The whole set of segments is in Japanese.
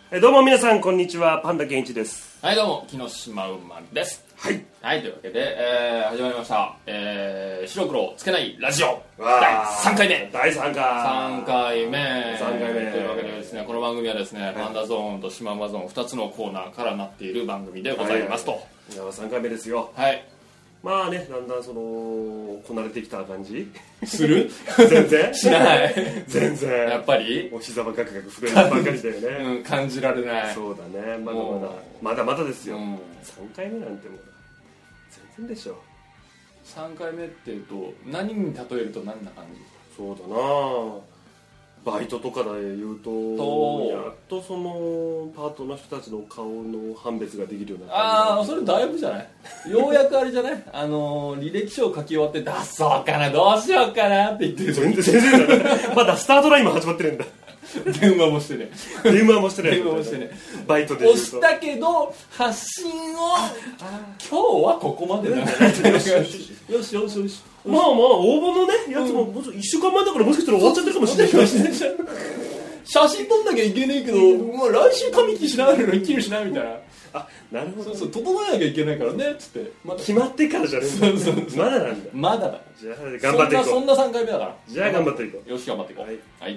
どうも皆さんこんにちは、パンダケンイチです。 はい、どうも木下うまです。 はいはい、というわけで、始まりました、白黒つけないラジオ第3回目第3回 3回目 3回目というわけでですね、この番組はですね、パンダゾーンとシマウマゾーン2つのコーナーからなっている番組でございますと。 いや3回目ですよ。 はい、 まあね、だんだんそのこなれてきた感じする全然しない全然やっぱりお膝はガクガク震えるばっかりだよね、 うん、感じられない。 そうだね、まだまだですよ、 うん、 3回目なんてもう全然でしょ。 3回目っていうと何に例えると何な感じ？ そうだな、バイトとかで言うとやっとそのパートの人たちの顔の判別ができるような感じ。 ああ、それだいぶじゃない？ようやくあれじゃない？履歴書を書き終わって出そうかな、どうしようかなって言ってる。 全然だねまだスタートラインも始まってるんだ。 電話もしてね。 電話もしてないバイトで言うと押したけど発信を今日はここまでだね。よしよしよし。 まあ応募のねやつももう1週間前だからもしかしたら終わっちゃってるかもしれない。 写真撮んなきゃいけないけど、もう来週髪切しながら生きるしなみたいな。 あ、なるほど。 そう整えなきゃいけないからねっつって。 決まってからじゃねえんだ。まだなんだ。 まだだ。 じゃあ頑張っていこう。 そんな3回目だから。 じゃあ頑張っていこう。 よし、頑張っていこう。はい。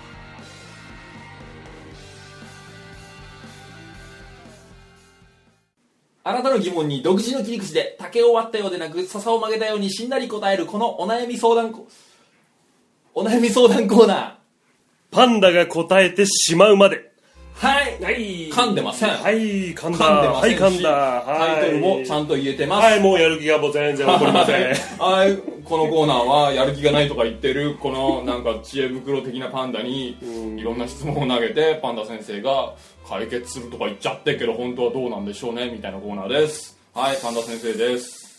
あなたの疑問に独自の切り口で竹を割ったようでなく笹を曲げたようにしんなり答えるこのお悩み相談コーナー。 パンダが答えてしまうまで。 はい、噛んでません。 はい噛んだ。 はい噛んだ。タイトルもちゃんと言えてます。 はい、もうやる気がもう全然起こりません。 はい、このコーナーはやる気がないとか言ってるこのなんか知恵袋的なパンダにいろんな質問を投げてパンダ先生が解決するとか言っちゃってけど本当はどうなんでしょうねみたいなコーナーです。はい、パンダ先生です。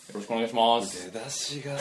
よろしくお願いします。 出だしが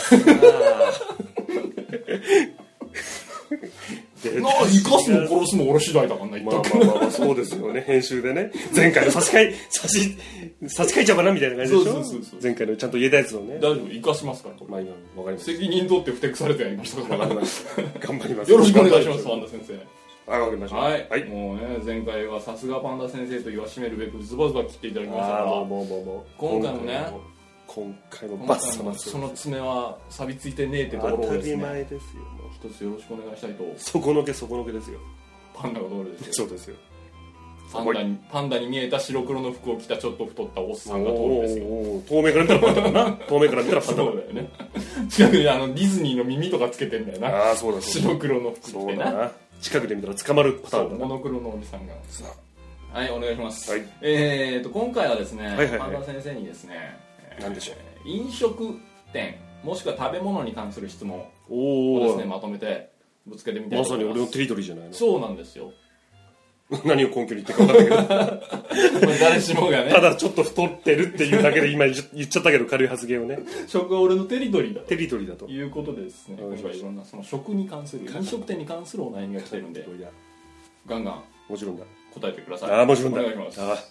生かすも殺すも俺次第だからな。 まあそうですよね。編集でね、前回の差し替えちゃうかなみたいな感じでしょ。そう前回のちゃんと言えたやつをね。 大丈夫、生かしますから。 まあ今わかります。 責任取ってふてくされてやりましたから。 頑張ります。 よろしくお願いします、パンダ先生。 はい、わかりました。 はい、もうね、前回はさすがパンダ先生と言わしめるべくズバズバ切っていただきましたから、今回もね、 バッサバッサその爪は錆びついてねえってところをですね、 当たり前ですよ。 一つよろしくお願いしたいと。 底のけですよ。 パンダがどれですよ。 そうですよ。 パンダに見えた白黒の服を着たちょっと太ったおっさんが通るんですよ。 遠目から見たらパンダだな。遠目から見たらパンダだよね。 近くにディズニーの耳とかつけてんだよな。 ああ、そうだ。 白黒の服着てな。 近くで見たら捕まるパターンだな。 モノクロのおじさんが。はい、お願いします。 はい、 今回はですね、パンダ先生にですね、 何でしょう、 飲食店もしくは食べ物に関する質問をですねまとめてぶつけてみたいと思います。 まさに俺のテリトリーじゃないの。 そうなんですよ。 何を根拠に言ってるか分かんないけど誰しもがね、 ただちょっと太ってるっていうだけで今言っちゃったけど、軽い発言をね。 食は俺のテリトリーだということでですね、今回いろんなその食に関する飲食店に関するお悩みが来てるんでガンガンもちろんだ答えてください。 ああ、もちろんだ。 お願いします。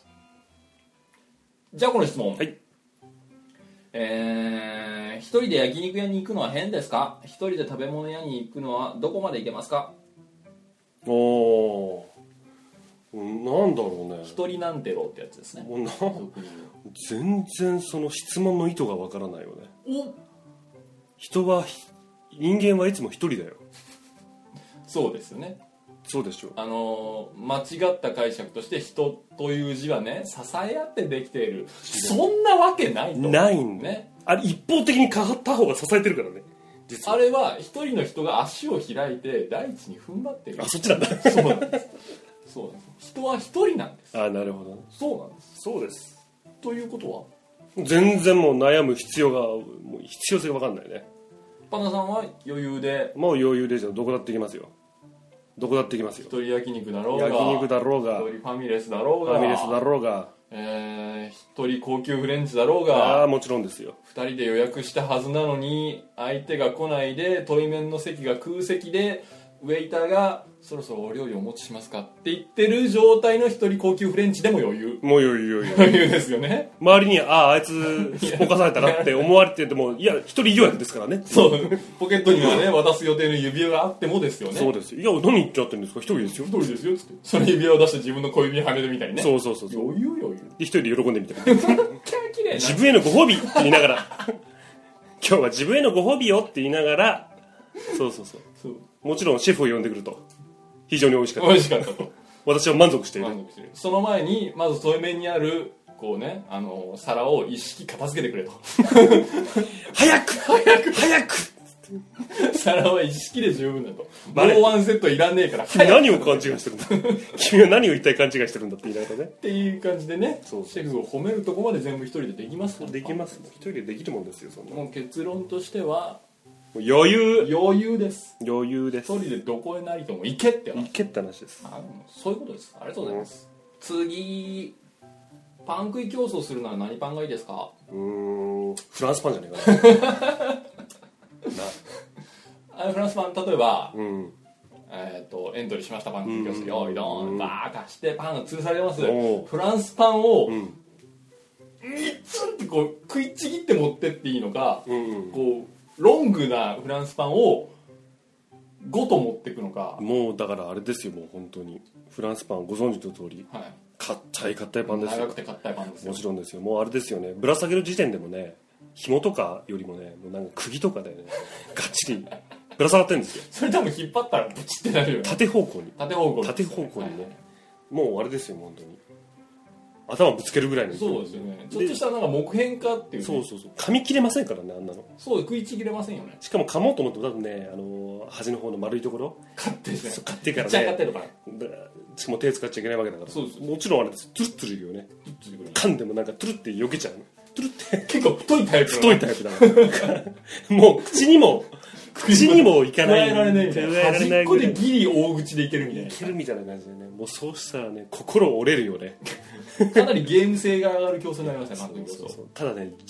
じゃあこの質問、はい、一人で焼肉屋に行くのは変ですか？一人で食べ物屋に行くのはどこまで行けますか？ なんだろうね。 一人なんてろってやつですね。 全然その質問の意図がわからないよね。人間はいつも一人だよ。 そうですよね。 そうでしょ。 間違った解釈として人という字はね、支え合ってできている。そんなわけないと。 ないんだね。あれ一方的に他方が支えてるからね。 あれは一人の人が足を開いて大地に踏ん張ってる。 あ、そっちなんだ。 そうなんです。そうなんです。人は一人なんです。 あ、なるほど。 そうなんです。 そうです。 ということは全然もう悩む必要性が分かんないね。 パンダさんは余裕で。 もう余裕でじゃどこだって行きますよ。どこだって行きますよ。 一人焼肉だろうが、 焼肉だろうが、 一人ファミレスだろうが、一人高級フレンチだろうが、 もちろんですよ。 二人で予約したはずなのに相手が来ないで、対面の席が空席でウェイターがそろそろお料理お持ちしますかって言ってる状態の一人高級フレンチでも余裕、 もう余裕余裕ですよね。 周りにあいつすっぽかされたなって思われてても、いや一人いるわけですからね。 そうポケットにはね渡す予定の指輪があってもですよね。 そうですよ。いや何言っちゃってるんですか、一人ですよ、 一人ですよっつってその指輪を出して自分の小指にはめるみたいにね。 そう余裕で一人で喜んでみて綺麗な自分へのご褒美って言いながら今日は自分へのご褒美よって言いながら、そうもちろんシェフを呼んでくると非常に美味しかった、 美味しかったと私は満足している。 その前にまず添え面にあるこうね皿を一式片付けてくれと早く皿は一式で十分だと、もうワンセットいらねえから君何を勘違いしてるんだ君は何を一体勘違いしてるんだって言いながらねっていう感じでね、 そうシェフを褒めるとこまで全部一人でできますから。 できます、一人でできるもんですよ、そんなもう結論としては余裕です。 一人でどこへなりとも行けって行けって話です。 そういうことです。ありがとうございます、次パン食い競争するなら何パンがいいですか？ フランスパンじゃねえかなフランスパン、例えば、エントリーしました。パン食い競争用意ドンバーッ出してパンが吊るされます。フランスパンを3つってこう食いちぎって持ってっていいのか、こうロングなフランスパンを5と持っていくのか。 もうだからあれですよ、もう本当にフランスパンご存知の通り、硬いパンですよ。 長くて硬いパンですよ。 もちろんですよ。もうあれですよね、ぶら下げる時点でもね、紐とかよりもね、もうなんか釘とかでねがっちりぶら下がってるんですよ。 それ多分引っ張ったらブチってなるよね。縦方向にね、もうあれですよ、本当に頭ぶつけるぐらいの。 そうですよね。ちょっとしたなんか木片かっていう、ね、 そう噛み切れませんからね、あんなの。 そう食いちぎれませんよね。 しかも噛もうと思っても多分ね、端の方の丸いところ買ってからね、 買ってるから、 しかも手使っちゃいけないわけだから。 そうです。 もちろんあれです、トゥルットゥル言うよね。噛んでもなんかトゥルって避けちゃうの。トゥルって結構太いタイプだからもう口にもいかない、 加えられないみたいな、端っこでギリ大口でいけるみたいな、 いけるみたいな感じでね、もうそうしたらね、心折れるよねかなりゲーム性が上がる競争になりますね、 ただね、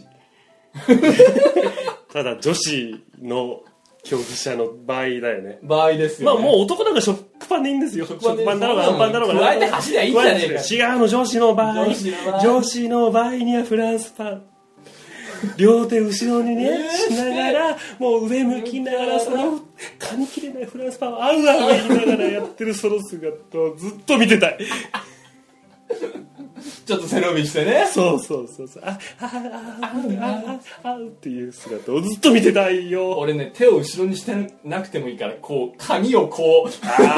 ただ女子の競技者の場合だよね。 場合ですよね。 まあもう男なんか食パンでいいんですよ。食パンだろうがアンパンだろうが。 加えて走りゃいいんじゃねえか。 違うの、女子の場合にはフランスパン。両手後ろにねしながら、もう上向きながら、その噛み切れないフランスパンをあうあう言いながらやってるその姿をずっと見てたい。 ちょっと背伸びしてね。 そうあうっていう姿をずっと見てたいよ。 俺ね、手を後ろにしてなくてもいいから、こう髪をこう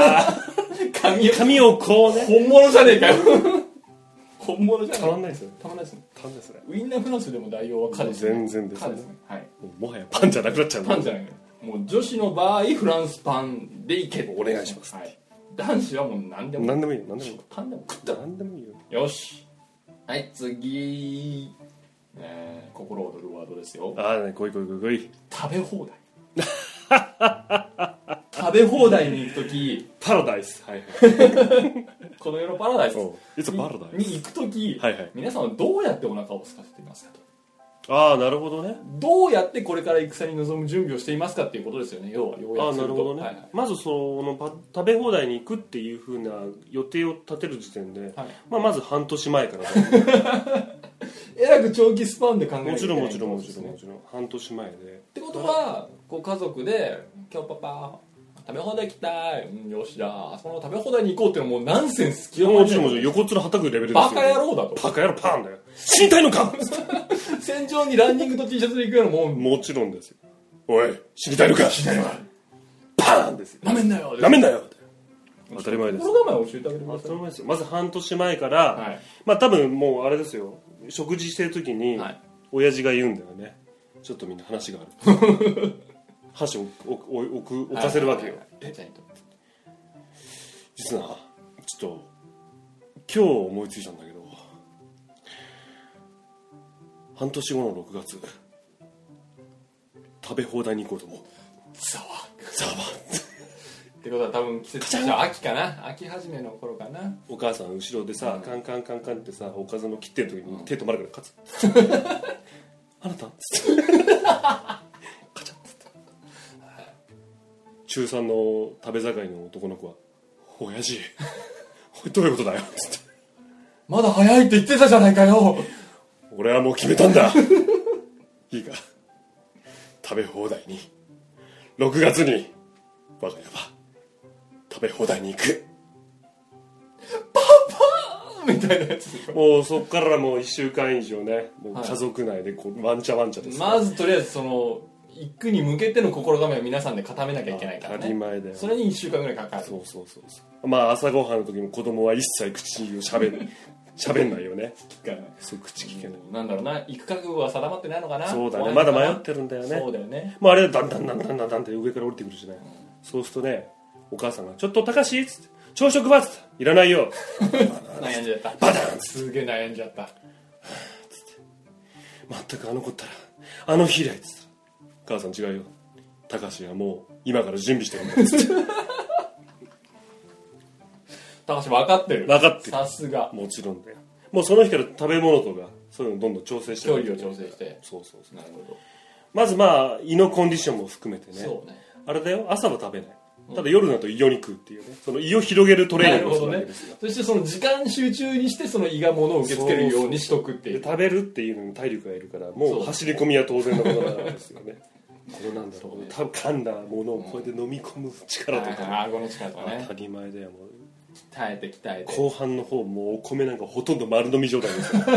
髪をこうね、 本物じゃねえかよ本物じゃねえ。 たまんないですよ。 ウインナーフランスでも代用は蚊ですね。 全然ですね。 はい。 もはやパンじゃなくなっちゃう。 パンじゃない。もう女子の場合フランスパンでいけ。 お願いします。 はい。男子はもう何でもいい。 何でもいいよ。 パンでも食ったら何でもいいよ。 よし。はい、次、心躍るワードですよ。 来い。 食べ放題食べ放題に行くとき、 パラダイス、 この世のパラダイスに行くとき、皆さんはどうやってお腹を空かせていますかと。 なるほどね。 どうやってこれから戦に臨む準備をしていますかっていうことですよね。要は要約すると。 なるほどね。まずその食べ放題に行くっていう風な予定を立てる時点で、まず半年前からえらく長期スパンで考えていけない。 もちろん半年前で。 ってことはこう家族で今日パパ食べ放題行きたい、よしじゃあその食べ放題に行こうっていうのはもうナンセンス極まりない。 もちろん横っ面はたくレベルですよ。 バカ野郎だと。 バカ野郎パンだよ。死にたいのか戦場にランニングと T シャツで行くようなもん。 もちろんですよ。おい死にたいのかパーンですよ。 なめんなよ当たり前です。 心構えを教えてあげてください。 当たり前ですよ。まず半年前から、多分もうあれですよ、食事してる時に親父が言うんだよね、ちょっとみんな話がある箸を置かせるわけよ。実はちょっと今日思いついたんだけど、半年後の6月食べ放題に行こうと思う。 ざわってことは多分季節としては秋かな、秋始めの頃かな。 お母さん後ろでさ、カンカンってさ、おかずの切ってる時に手止まるからカツあなたっつってカチャッつって中3の食べ盛りの男の子は親父どういうことだよつってまだ早いって言ってたじゃないかよ。 俺はもう決めたんだいいか食べ放題に6月に我が家は食べ放題に行くパパみたいなやつでしょ。 もうそっからもう1週間以上ねもう家族内でこうワンチャワンチャです、 まずとりあえずその行くに向けての心構えを皆さんで固めなきゃいけないからね。 当たり前だよ。 それに1週間ぐらいかかる。 そうまあ朝ごはんの時も子供は一切口をしゃべんないよね。 聞かない。 そう口聞けない。 なんだろうな、行く覚悟は定まってないのかな。 そうだね、まだ迷ってるんだよね。 そうだよね。 もうあれだんだんって上から降りてくるじゃない、そうするとねお母さんがちょっと高志っつって朝食ばっつっていらないよ悩んじゃったバタンすげえ悩んじゃった全くあの子ったらあの日以来っつったら母さん違うよ高志はもう今から準備してるんだっつって高志分かってるさすがもちろんだよ。もうその日から食べ物とかそういうのどんどん調整して距離を調整してそうなるほど。 まずまあ胃のコンディションも含めてねそうねあれだよ朝は食べないただ夜になると胃を食うっていうねその胃を広げるトレーニングをするわけですよ、 そしてその時間集中にしてその胃が物を受け付けるようにしとくっていう。 で食べるっていうのに体力がいるからもう走り込みは当然のことなんですよねこのなんだろう噛んだものをこうやって飲み込む力とか、 顎の力とかね当たり前だよもう鍛えて後半の方もうお米なんかほとんど丸飲み状態ですよ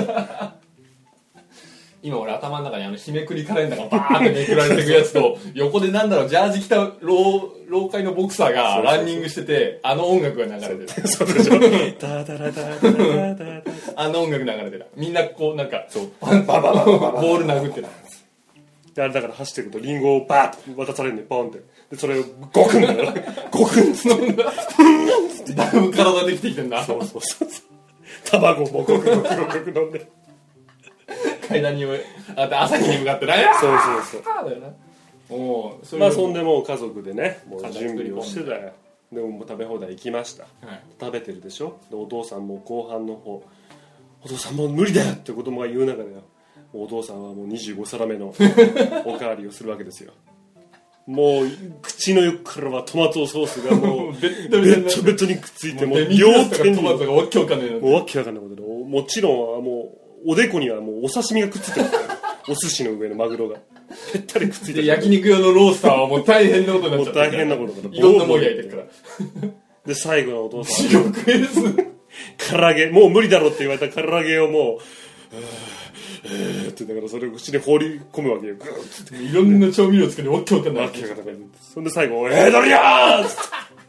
今俺頭の中に日めくりカレンダーがバーってめくられていくやつと横でなんだろうジャージ着た老会のボクサーがランニングしててあの音楽が流れてるそうでしょダダラダダダダあの音楽流れてるみんなこうなんかバンバババババボール殴ってるであれだから走ってるとリンゴをバーッと渡されるのよポンってでそれをゴクンだよゴクンってだいぶ体できてきてんだそう卵もゴクゴクゴク飲んで階段に朝日に向かってなそうだよなおそまあそんでもう家族でねもう準備をしてたよでももう食べ放題行きました、はい、食べてるでしょでお父さんも後半の方お父さんもう無理だよって子供が言う中でよお父さんはもう25皿目のおかわりをするわけですよもう口の横からはトマトソースがもうベッドにくっついてもう両手にトマトがわけわかんないもうわけわかんないことでもちろんもうおでこにはもうお刺身がくっついてるお寿司の上のマグロがぺったりくっついてる焼肉用のロースターはもう大変なことになっちゃってもう大変なことだからいろんなもん焼いてるからで最後のお父さん地獄です唐揚げもう無理だろって言われた唐揚げをもうってだからそれを口に放り込むわけよいろんな調味料つけてわけわかんないそんで最後ドリャーンっつ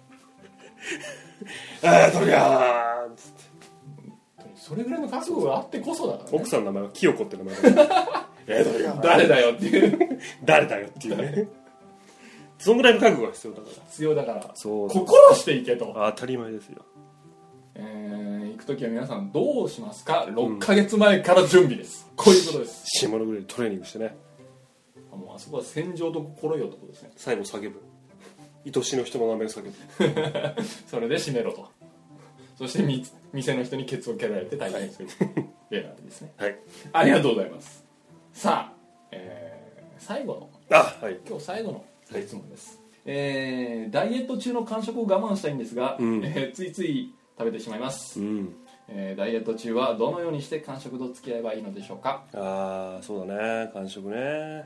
ってドリャーンっつってそれぐらいの覚悟があってこそだから、ね、 奥さんの名前は清子って名前だ誰だよっていう誰だよっていうねそんぐらいの覚悟が必要だからそう心していけと当たり前ですよ行くときは皆さんどうしますか6ヶ月前から準備です、こういうことです下のぐらいトレーニングしてねもうあそこは戦場と心よってことですね最後叫ぶ愛しの人の名前を叫ぶそれで締めろとそして店の人にケツを蹴られて大変する例なんですね、 はい、 ありがとうございますさあ、最後のはい、 今日最後の質問です、ダイエット中の間食を我慢したいんですが、ついつい食べてしまいます、ダイエット中はどのようにして間食と付き合えばいいのでしょうか。 そうだね間食ね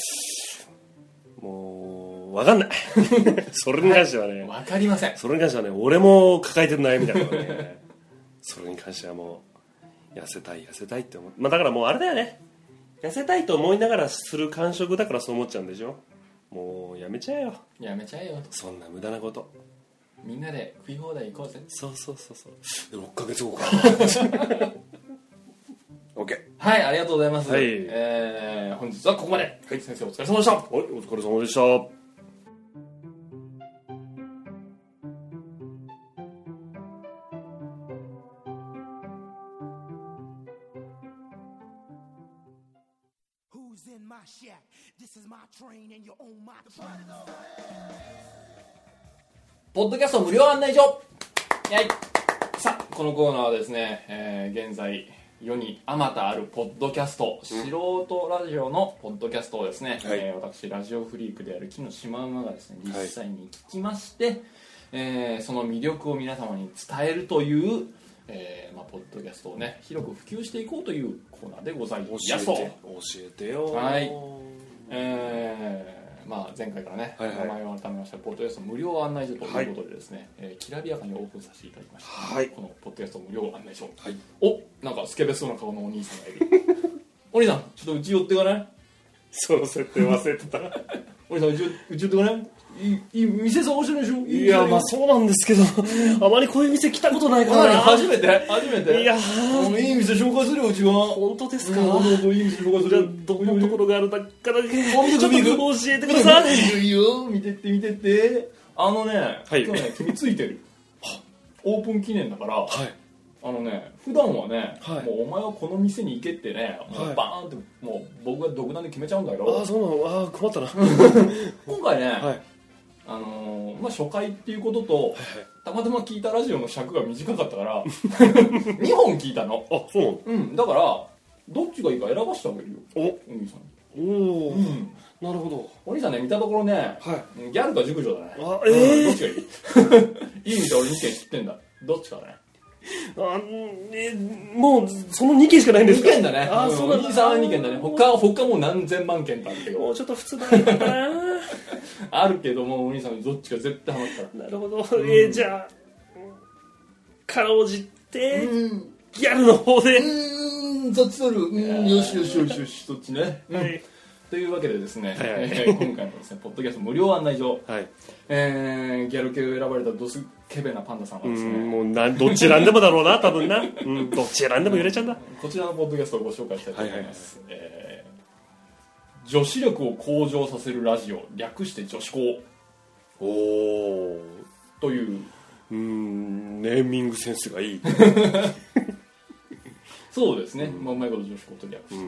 もう分かんないそれに関してはね、 分かりません。 それに関してはね俺も抱えてる悩みだからねそれに関してはもう痩せたいって思う、だからもうあれだよね痩せたいと思いながらする間食だからそう思っちゃうんでしょ。もうやめちゃえよそんな無駄なこと。 みんなで食い放題行こうぜ。 そう6ヶ月後かOK はい、ありがとうございます、 はい本日はここまで、はい、先生お疲れ様でした。 はい、お疲れ様でした。 ポッドキャスト無料案内所。さあこのコーナーはですね、現在世にあまたあるポッドキャスト、素人ラジオのポッドキャストをですね、私ラジオフリークである木のシマウマがですね実際に聞きまして、その魅力を皆様に伝えるという、ポッドキャストをね広く普及していこうというコーナーでございますと。 教えてよ。 はい。前回からね、名前を改めましたポッドキャスト無料案内所ということでですね、きらびやかにオープンさせていただきました、このポッドキャスト無料案内所、お、なんかスケベそうな顔のお兄さんがいるお兄さん、ちょっとうち寄ってかない？ その設定忘れてたお兄さん、うち寄ってかない？いい店探してるでしょ？ いや、まあそうなんですけどあまりこういう店来たことないからな。 初めていやいい店紹介するよ、うちは。 本当ですか？ いい店紹介する。 どんなところがあるだからちょっと教えてください。 いいよ、見てって今日ね君ついてるオープン記念だから、普段はね、もうお前はこの店に行けってね、もうバーンってもう僕が独断で決めちゃうんだけど。 あ、そうなの？あ、困ったな今回ね、初回っていうことと、たまたま聞いたラジオの尺が短かったから2本聞いたの。 あ、そうなの？ だからどっちがいいか選ばせてあげるよ、お兄さんに。 おお、なるほど。 お兄さんね、見たところね、ギャルか熟女だね。 どっちがいい？いい店俺2軒知ってんだ。どっちかね。 もうその2軒しかないんですか？ 2軒だね。お兄さんは2軒だね。他もう何千万件とあるけど、 もうちょっと普通だったなあるけども、お兄さんどっちか絶対ハマったら。 なるほど。じゃあかろうじてギャルの方で。 そっち取る。よしそっちね。というわけでですね、今回のですねポッドキャスト無料案内所、ギャル系を選ばれたドスケベなパンダさんはですね、 もうどっち選んでもだろうな、多分な、どっち選んでも揺れちゃうんだ。 こちらのポッドキャストをご紹介したいと思います。女子力を向上させるラジオ、略して女子校というネーミングセンスがいいそうですね、うまいこと女子校と略して、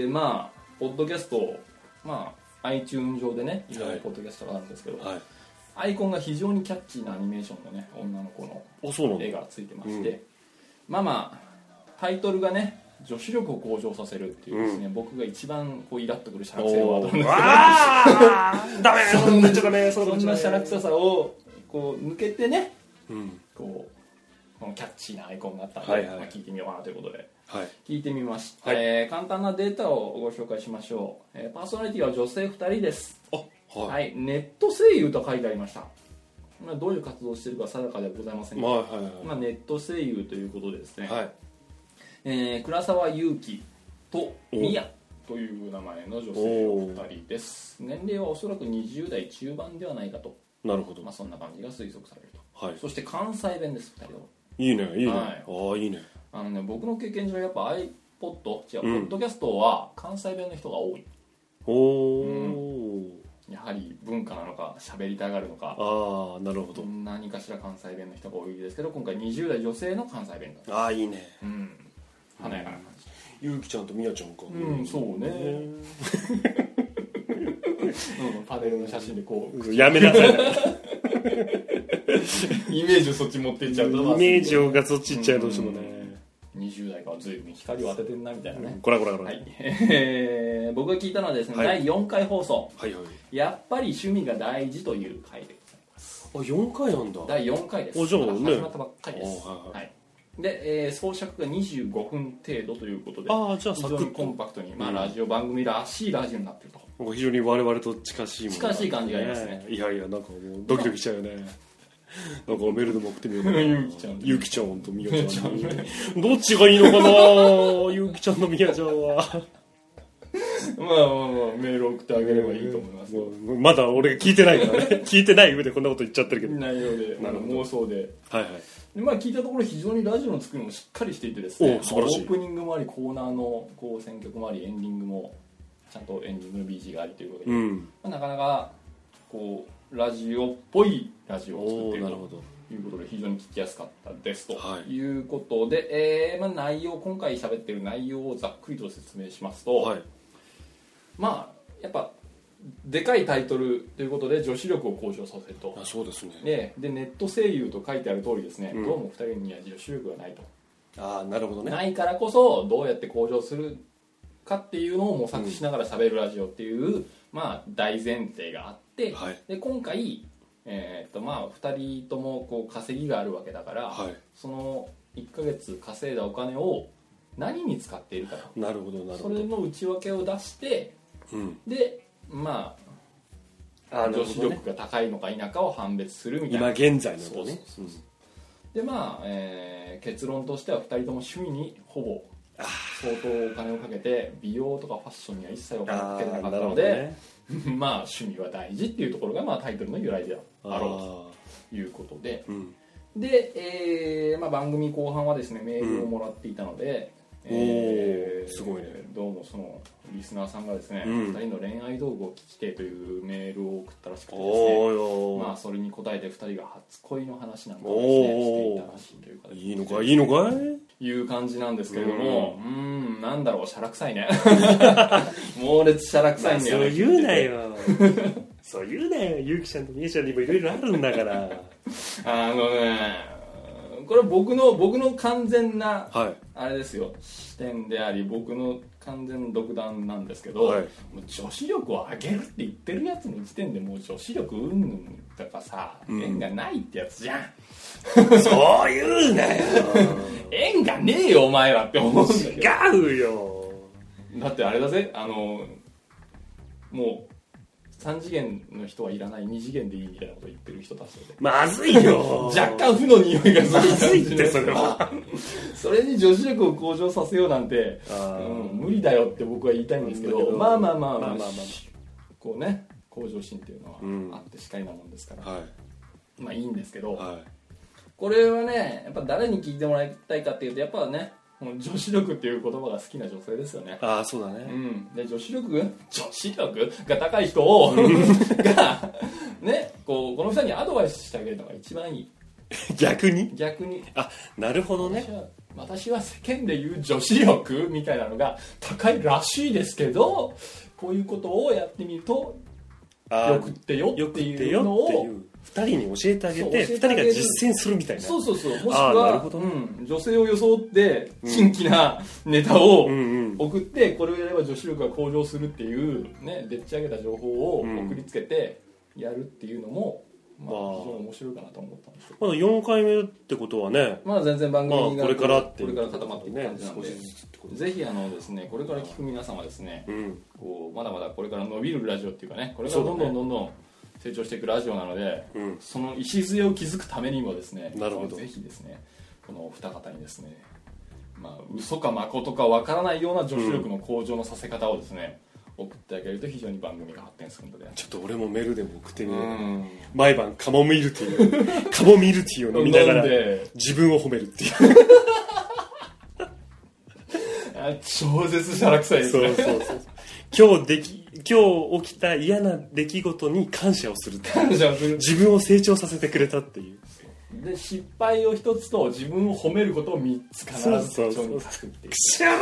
ポッドキャスト、iTunes 上でね、いろんなポッドキャストがあるんですけど、アイコンが非常にキャッチーなアニメーションのね、女の子の絵がついてまして、タイトルがね、女子力を向上させるっていうですね、僕が一番こうイラッとくるシャラクセワードなんですけど、ダメそんなシャラクさをこう抜けてね、このキャッチーなアイコンがあったので、聞いてみようかなということで。聞いてみました、簡単なデータをご紹介しましょう。パーソナリティは女性2人です。ネット声優と書いてありました。どういう活動をしているか定かではございませんが、ネット声優ということでですね、倉沢祐希と宮という名前の女性2人です。年齢はおそらく20代中盤ではないかと。 なるほど。 そんな感じが推測されると。そして関西弁です、2人とも。 いいね。いいね。 僕の経験上やっぱ iPod、ポッドキャストは関西弁の人が多い。やはり文化なのか喋りたがるのか、 なるほど。 何かしら関西弁の人が多いですけど、今回20代女性の関西弁だ。 いいね。 華やかな感じ。 ゆうきちゃんとみやちゃんか。 そうね。パネルの写真でこうやめなさいイメージをそっち持っていっちゃうと、 イメージがそっちいっちゃうどうしてもね。 20代から随分光を当ててんなみたいなね。 こら僕が聞いたのはですね、第4回放送、やっぱり趣味が大事という回でございます。 4回なんだ。 第4回です。 じゃあね、 始まったばっかりです。で、総尺が25分程度ということで、 じゃあ非常にコンパクトに、ラジオ番組らしいラジオになっていると。 非常に我々と近しいもの近しい感じがありますね。 いやなんかもうドキドキしちゃうよね。なんかメールでも送ってみようかな。ゆうきちゃんとみやちゃんどっちがいいのかなゆうきちゃんとみやちゃんはメール送ってあげればいいと思います。 まだ俺聞いてないからね聞いてない上でこんなこと言っちゃってるけど、 内容で妄想で聞いたところ非常にラジオの作りもしっかりしていてですね、 素晴らしい。 オープニングもあり、コーナーの選曲もあり、エンディングもちゃんとエンディングの BG がありということで、なかなかラジオっぽいラジオを作っているということで非常に聞きやすかったですということで、内容、今回喋っている内容をざっくりと説明しますと、やっぱでかいタイトルということで女子力を向上させると。 そうですね。 でネット声優と書いてある通りですね、どうも2人には女子力がないと。 ああなるほどね。 ないからこそどうやって向上するかっていうのを模索しながら喋るラジオっていう、まあ、大前提があって、 はい、 で今回、まあ、2人ともこう稼ぎがあるわけだから、 はい、 その1ヶ月稼いだお金を何に使っているかと。 なるほどなるほど。 それの内訳を出して、 うん、 でまあ女子力が高いのか否かを判別するみたいな。 今現在のね。 そうそうそう。でまあ、結論としては2人とも趣味にほぼ相当お金をかけて、美容とかファッションには一切お金をかけてなかったので、ね、まあ趣味は大事っていうところが、まあ、タイトルの由来であろうということで、で、まあ、番組後半はですねメールをもらっていたので、 すごいね。 どうもそのリスナーさんがですね、2人の恋愛道具を聞きてというメールを送ったらしくてですね、まあ、それに答えて2人が初恋の話なんかをですねしていたらしいという形で、 いいのかいいのかいう感じなんですけれども、なんだろう、シャラ臭いね猛烈シャラ臭いんだよね。 そう言うなよそう言うなよ、ゆうきちゃんとみえちゃんにもいろいろあるんだからこれは僕の完全な、 はい、 あれですよ、視点であり僕の完全独断なんですけど、 はい、 もう女子力を上げるって言ってるやつの時点でもう女子力うんぬんとかさ、縁がないってやつじゃんそう言うなよ縁がねえよお前はって思うんだけど。 違うよ。 だってあれだぜ、もう3次元の人はいらない2次元でいいみたいなこと言ってる人たちでまずいよ若干負の匂いがする感じ。 まずいってそれはそれに女子力を向上させようなんて、無理だよって僕は言いたいんですけど、まあこうね、向上心っていうのはあってしかりなもんですから、まあいいんですけど、これはねやっぱ誰に聞いてもらいたいかっていうと、やっぱね女子力っていう言葉が好きな女性ですよね。 ああそうだね。 で女子力が高い人をがねこの2人にアドバイスしてあげるのが一番いい。逆にあ、なるほどね。 私は世間でいう女子力みたいなのが高いらしいですけど、こういうことをやってみるとよくってよっていうのを 2人に教えてあげて、2人が実践するみたいな。 そうもしくは、女性を装って新規なネタを送って、これをやれば女子力が向上するっていうね、でっち上げた情報を送りつけてやるっていうのも、まあ、非常に面白いかなと思ったんですけど、 まだ4回目ってことはね、 まあ全然番組がこれから固まっていく感じなんで、ぜひですね、これから聞く皆様ですね、こうまだまだこれから伸びるラジオっていうかね、これからどんどん成長していくラジオなので、その礎を築くためにもですね、ぜひですね、このお二方にですね、まあ嘘か誠かわからないような女子力の向上のさせ方をですね、送ってあげると非常に番組が発展するので、 ちょっと俺もメールでも送ってみよう。毎晩カモミールティーを飲みながら自分を褒めるっていう超絶シャラ臭いですね。 そう今日起きた嫌な出来事に感謝をする。自分を成長させてくれたっていう。 で失敗を一つと自分を褒めることを3つ必ず口調に書くっていう。 シャラ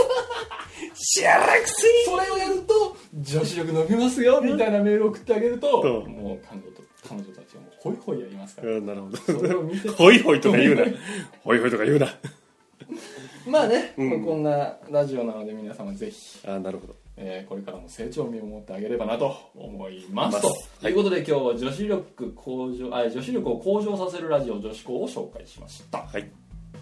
くせえ。 それをやると女子力伸びますよみたいなメールを送ってあげると、もう彼女たちはもうホイホイやりますから。 なるほど。 それを見てホイホイとか言うな。ホイホイとか言うな。 まあね、こんなラジオなので皆様ぜひ。 なるほど。 これからも成長を見守ってあげればなと思いますということで、今日は女子力を向上させるラジオ女子校を紹介しました。 はい。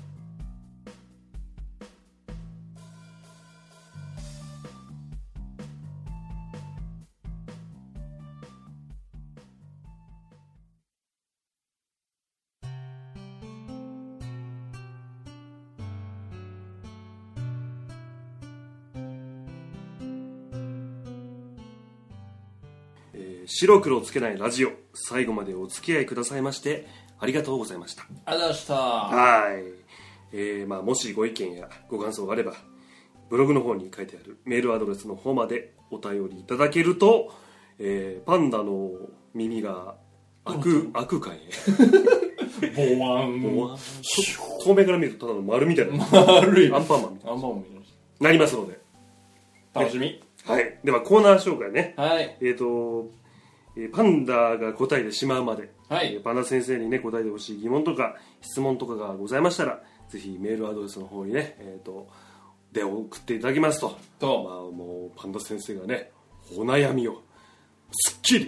白黒つけないラジオ、最後までお付き合いくださいましてありがとうございました。 ありがとうございました。 はい。もしご意見やご感想があればブログの方に書いてあるメールアドレスの方までお便りいただけると、パンダの耳が開くかいボワン透明から見るとただの丸みたいな丸いアンパンマンみたいななりますので楽しみ。 はい。ではコーナー紹介ね。 はい。 パンダが答えてしまうまで、 はい、 パンダ先生にね答えてほしい疑問とか質問とかがございましたらぜひメールアドレスの方にね、で送っていただきますと、もうパンダ先生がねお悩みをすっき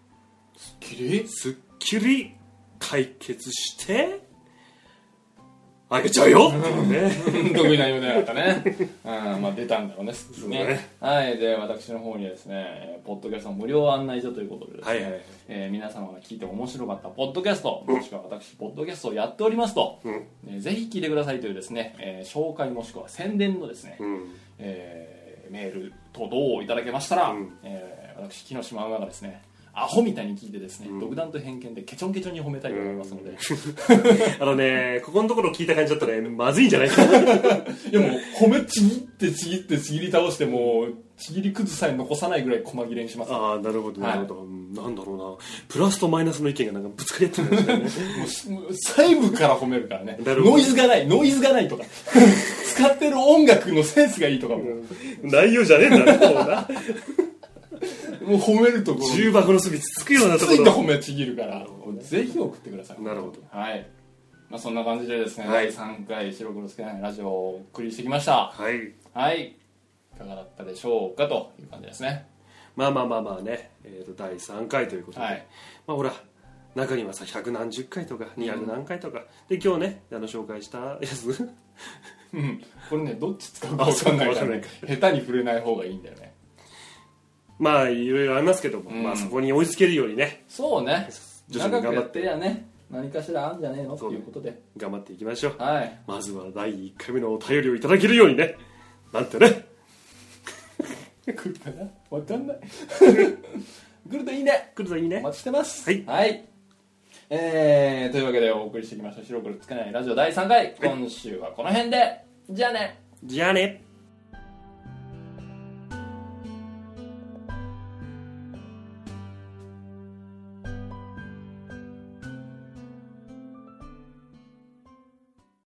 り解決してあげちゃうよね得意なようでなかったね出たんだろうねね。はい。で私の方にはですねポッドキャストの無料案内所ということでですね、皆様が聞いて面白かったポッドキャスト、もしくは私ポッドキャストをやっておりますと、ぜひ聞いてくださいというですね、紹介もしくは宣伝のですね、メール等々をいただけましたら、私木下馬がですねアホみたいに聞いてですね、独断と偏見でケチョンケチョンに褒めたいと思いますので、 ここのところ聞いた感じだったらまずいんじゃないかないやもう褒めちぎり倒してもうちぎりくずさえ残さないぐらい細切れにします。 なるほどなるほど、なんだろうな、プラスとマイナスの意見がなんかぶつかり合ってるんですよねもう細部から褒めるからね。ノイズがないとか使ってる音楽のセンスがいいとかも内容じゃねえんだねもう褒めるところ重箱の隅つつくようなところついた褒めちぎるから、ぜひ送ってください。 なるほど。 はい。そんな感じでですね、第3回白黒つけないラジオをお送りしてきました。はい。いかがだったでしょうかという感じですね。 まあね、第3回ということで、ほら中にはさ100何十回とか200何回とか、で今日ね紹介したやつこれねどっち使うか分かんないからね下手に触れない方がいいんだよね。 いろいろありますけども、そこに追いつけるようにね、 そうね、長くやってりゃね何かしらあるんじゃねえのっていうことで頑張っていきましょう。まずは第1回目のお便りをいただけるようにね、なんてね来るかな分かんない来るといいねお待ちしてます。はい、というわけでお送りしてきました白黒つけないラジオ第3回、今週はこの辺でじゃあね